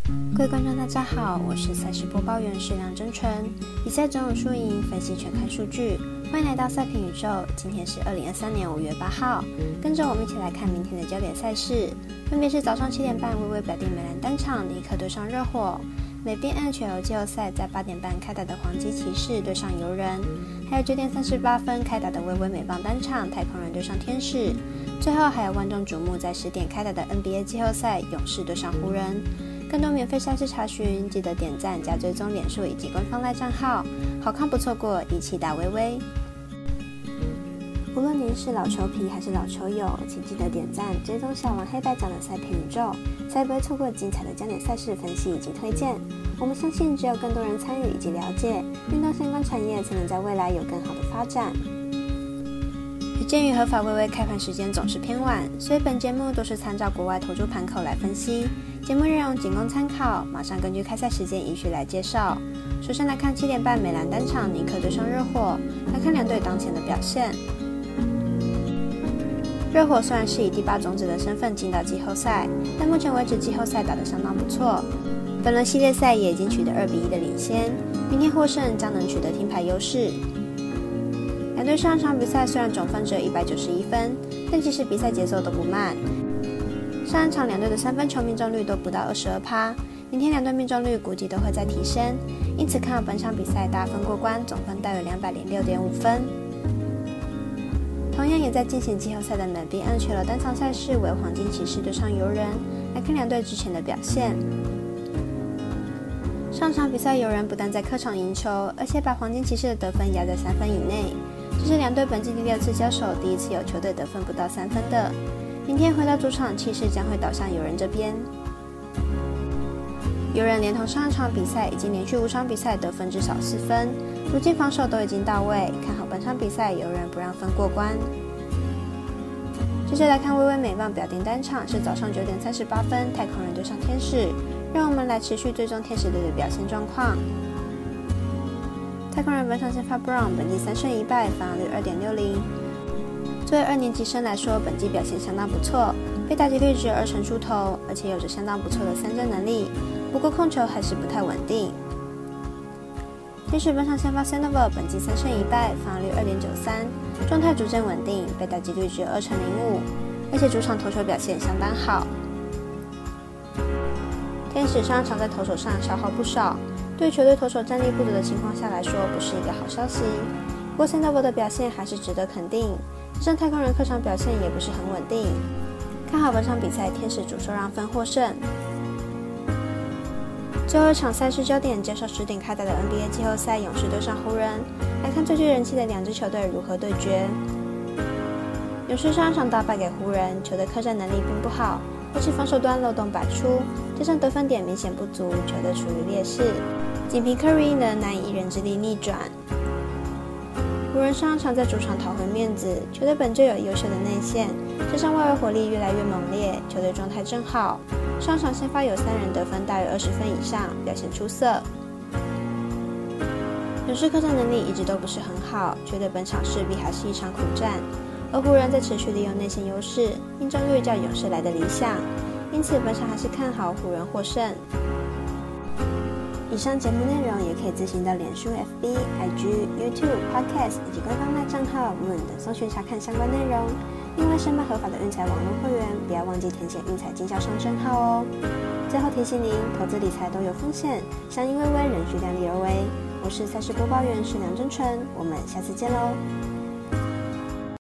各位观众大家好，我是赛事播报员是梁真纯。比赛总有输赢，分析全看数据。欢迎来到赛评宇宙，今天是2023年5月8号，跟着我们一起来看明天的焦点赛事，分别是早上7点半微微表弟美兰单场尼克对上热火，美编 NHL 季后赛在8点半开打的黄金骑士对上游人，还有9点38分开打的微微美棒单场太空人对上天使，最后还有万众瞩目在10点开打的 NBA 季后赛勇士对上湖人。更多免费赛事查询，记得点赞加追踪脸书以及官方赖账号，好看不错过，一起打微微。无论您是老球皮还是老球友，请记得点赞追踪小王黑白奖的赛评宇宙，才不会错过精彩的焦点赛事分析以及推荐。我们相信，只有更多人参与以及了解运动相关产业，才能在未来有更好的发展。鉴于合法微微开盘时间总是偏晚，所以本节目都是参照国外投注盘口来分析，节目内容仅供参考，马上根据开赛时间依序来介绍。首先来看7点半美兰单场尼克对上热火，来看两队当前的表现。热火虽然是以第8种子的身份进到季后赛，但目前为止季后赛打得相当不错，本轮系列赛也已经取得2-1的领先，明天获胜将能取得听牌优势。两队上场比赛虽然总分只有191分，但其实比赛节奏都不慢。上一场两队的3分球命中率都不到22%，明天两队命中率估计都会再提升，因此看好本场比赛大分过关，总分大约206.5分。同样也在进行季后赛的美编 NHL 单场赛事为黄金骑士对上游人，来看两队之前的表现。上场比赛游人不但在客场赢球，而且把黄金骑士的得分压在3分以内，这是两队本季第6次交手，第一次有球队得分不到3分的。明天回到主场，气势将会倒向游人这边。游人连同上一场比赛已经连续5场比赛得分至少4分，如今防守都已经到位，看好本场比赛游人不让分过关。接着来看微微美棒表定单场是早上9点38分太空人对上天使，让我们来持续追踪天使队的表现状况。太空人本场先发 Brown 本季3胜1败，防御率2.60。作为2年级生来说，本季表现相当不错，被打击率只有2成出头，而且有着相当不错的3振能力，不过控球还是不太稳定。天使本场先发 Sandoval 本季3胜1败，防御率2.93，状态逐渐稳定，被打击率只有2成05，而且主场投球表现相当好。天使上场在投手上消耗不少，对球队投手战力不足的情况下来说，不是一个好消息。不过 Sandoval 的表现还是值得肯定，加上太空人客场表现也不是很稳定，看好本场比赛天使主受让分获胜。最后一场赛事焦点介绍10点开打的 NBA 季后赛勇士对上湖人，来看最具人气的两支球队如何对决。勇士上一场大败给湖人，球队客战能力并不好，而且防守端漏洞百出，加上得分点明显不足，球队处于劣势，仅凭 Curry 能难以一人之力逆转。湖人上一场在主场讨回面子，球队本就有优秀的内线，加上外围火力越来越猛烈，球队状态正好。上场先发有3人得分大约20分以上，表现出色。勇士客战能力一直都不是很好，球队本场势必还是一场苦战，而湖人在持续利用内线优势，命中率较勇士来的理想，因此本场还是看好湖人获胜。以上节目内容也可以自行到脸书、FB、IG、YouTube、Podcast 以及官方赖账号 Moon 等搜寻查看相关内容。另外，申办合法的运彩网络会员，不要忘记填写运彩经销商证号哦。最后提醒您，投资理财都有风险，相依为偎，仍需量力而为。我是赛事播报员是梁真纯，我们下次见喽。